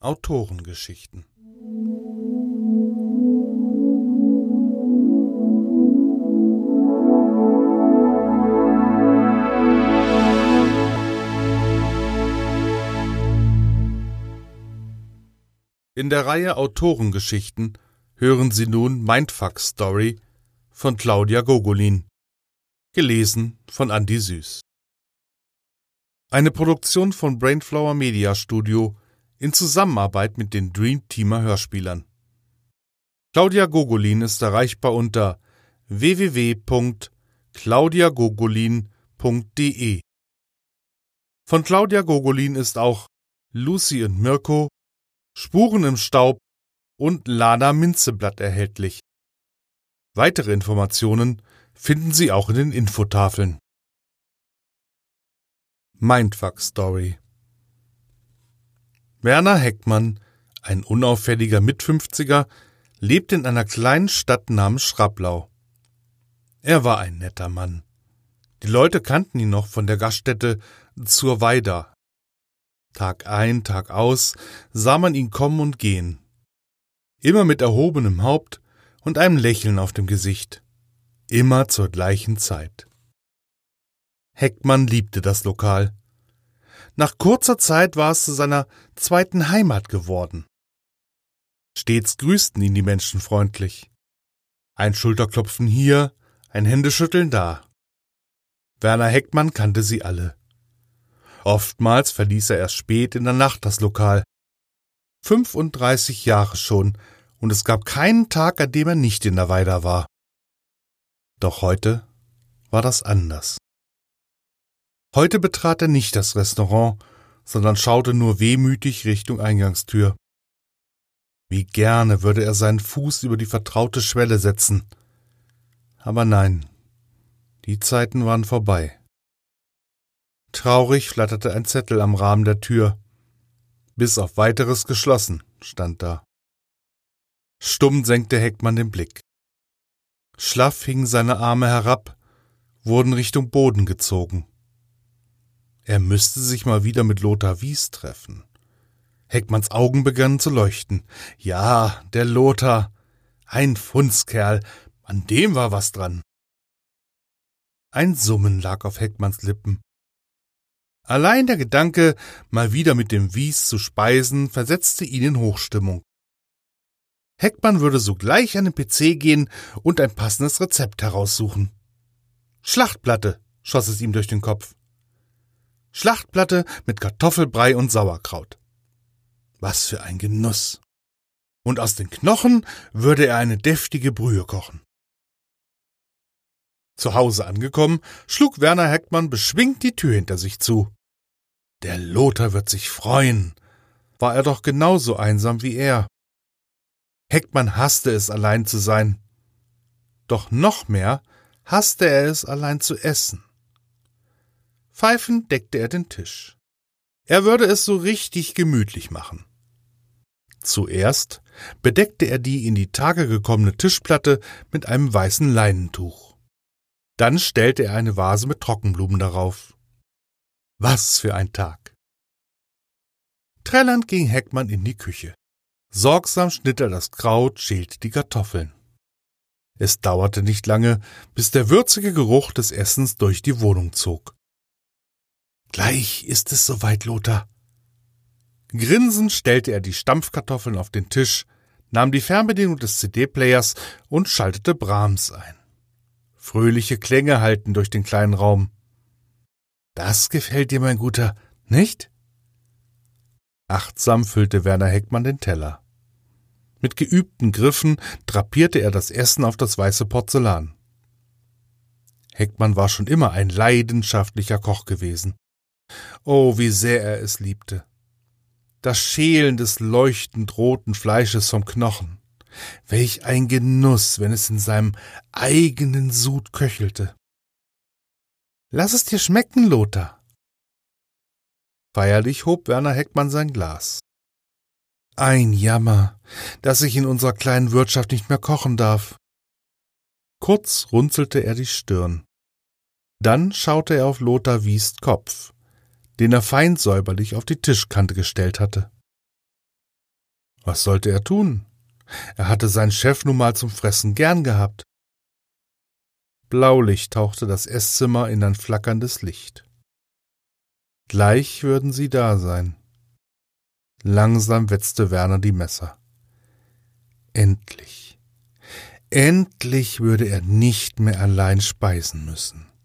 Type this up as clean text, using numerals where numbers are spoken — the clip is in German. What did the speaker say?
Autorengeschichten. In der Reihe Autorengeschichten hören Sie nun Mindfuck Story von Claudia Gogolin, gelesen von Andi Süß. Eine Produktion von Brainflower Media Studio in Zusammenarbeit mit den Dream Teamer Hörspielern. Claudia Gogolin ist erreichbar unter www.claudiagogolin.de. Von Claudia Gogolin ist auch Lucy und Mirko, Spuren im Staub und Lana Minzeblatt erhältlich. Weitere Informationen finden Sie auch in den Infotafeln. Mindfuck Story. Werner Heckmann, ein unauffälliger Mitfünfziger, lebt in einer kleinen Stadt namens Schraplau. Er war ein netter Mann. Die Leute kannten ihn noch von der Gaststätte Zur Weida. Tag ein, Tag aus sah man ihn kommen und gehen. Immer mit erhobenem Haupt und einem Lächeln auf dem Gesicht. Immer zur gleichen Zeit. Heckmann liebte das Lokal. Nach kurzer Zeit war es zu seiner zweiten Heimat geworden. Stets grüßten ihn die Menschen freundlich. Ein Schulterklopfen hier, ein Händeschütteln da. Werner Heckmann kannte sie alle. Oftmals verließ er erst spät in der Nacht das Lokal. 35 Jahre schon, und es gab keinen Tag, an dem er nicht in der Weida war. Doch heute war das anders. Heute betrat er nicht das Restaurant, sondern schaute nur wehmütig Richtung Eingangstür. Wie gerne würde er seinen Fuß über die vertraute Schwelle setzen. Aber nein, die Zeiten waren vorbei. Traurig flatterte ein Zettel am Rahmen der Tür. Bis auf Weiteres geschlossen, stand da. Stumm senkte Heckmann den Blick. Schlaff hingen seine Arme herab, wurden Richtung Boden gezogen. Er müsste sich mal wieder mit Lothar Wies treffen. Heckmanns Augen begannen zu leuchten. Ja, der Lothar, ein Fundskerl, an dem war was dran. Ein Summen lag auf Heckmanns Lippen. Allein der Gedanke, mal wieder mit dem Wies zu speisen, versetzte ihn in Hochstimmung. Heckmann würde sogleich an den PC gehen und ein passendes Rezept heraussuchen. Schlachtplatte, schoss es ihm durch den Kopf. Schlachtplatte mit Kartoffelbrei und Sauerkraut. Was für ein Genuss! Und aus den Knochen würde er eine deftige Brühe kochen. Zu Hause angekommen, schlug Werner Heckmann beschwingt die Tür hinter sich zu. Der Lothar wird sich freuen. War er doch genauso einsam wie er. Heckmann hasste es, allein zu sein. Doch noch mehr hasste er es, allein zu essen. Pfeifend deckte er den Tisch. Er würde es so richtig gemütlich machen. Zuerst bedeckte er die in die Tage gekommene Tischplatte mit einem weißen Leinentuch. Dann stellte er eine Vase mit Trockenblumen darauf. Was für ein Tag! Trällernd ging Heckmann in die Küche. Sorgsam schnitt er das Kraut, schälte die Kartoffeln. Es dauerte nicht lange, bis der würzige Geruch des Essens durch die Wohnung zog. Gleich ist es soweit, Lothar. Grinsend stellte er die Stampfkartoffeln auf den Tisch, nahm die Fernbedienung des CD-Players und schaltete Brahms ein. Fröhliche Klänge hallten durch den kleinen Raum. Das gefällt dir, mein Guter, nicht? Achtsam füllte Werner Heckmann den Teller. Mit geübten Griffen drapierte er das Essen auf das weiße Porzellan. Heckmann war schon immer ein leidenschaftlicher Koch gewesen. Oh, wie sehr er es liebte. Das Schälen des leuchtend roten Fleisches vom Knochen. Welch ein Genuss, wenn es in seinem eigenen Sud köchelte. Lass es dir schmecken, Lothar. Feierlich hob Werner Heckmann sein Glas. Ein Jammer, dass ich in unserer kleinen Wirtschaft nicht mehr kochen darf. Kurz runzelte er die Stirn. Dann schaute er auf Lothar Wies' Kopf, den er fein säuberlich auf die Tischkante gestellt hatte. Was sollte er tun? Er hatte seinen Chef nun mal zum Fressen gern gehabt. Blaulicht tauchte das Esszimmer in ein flackerndes Licht. Gleich würden sie da sein. Langsam wetzte Werner die Messer. Endlich würde er nicht mehr allein speisen müssen.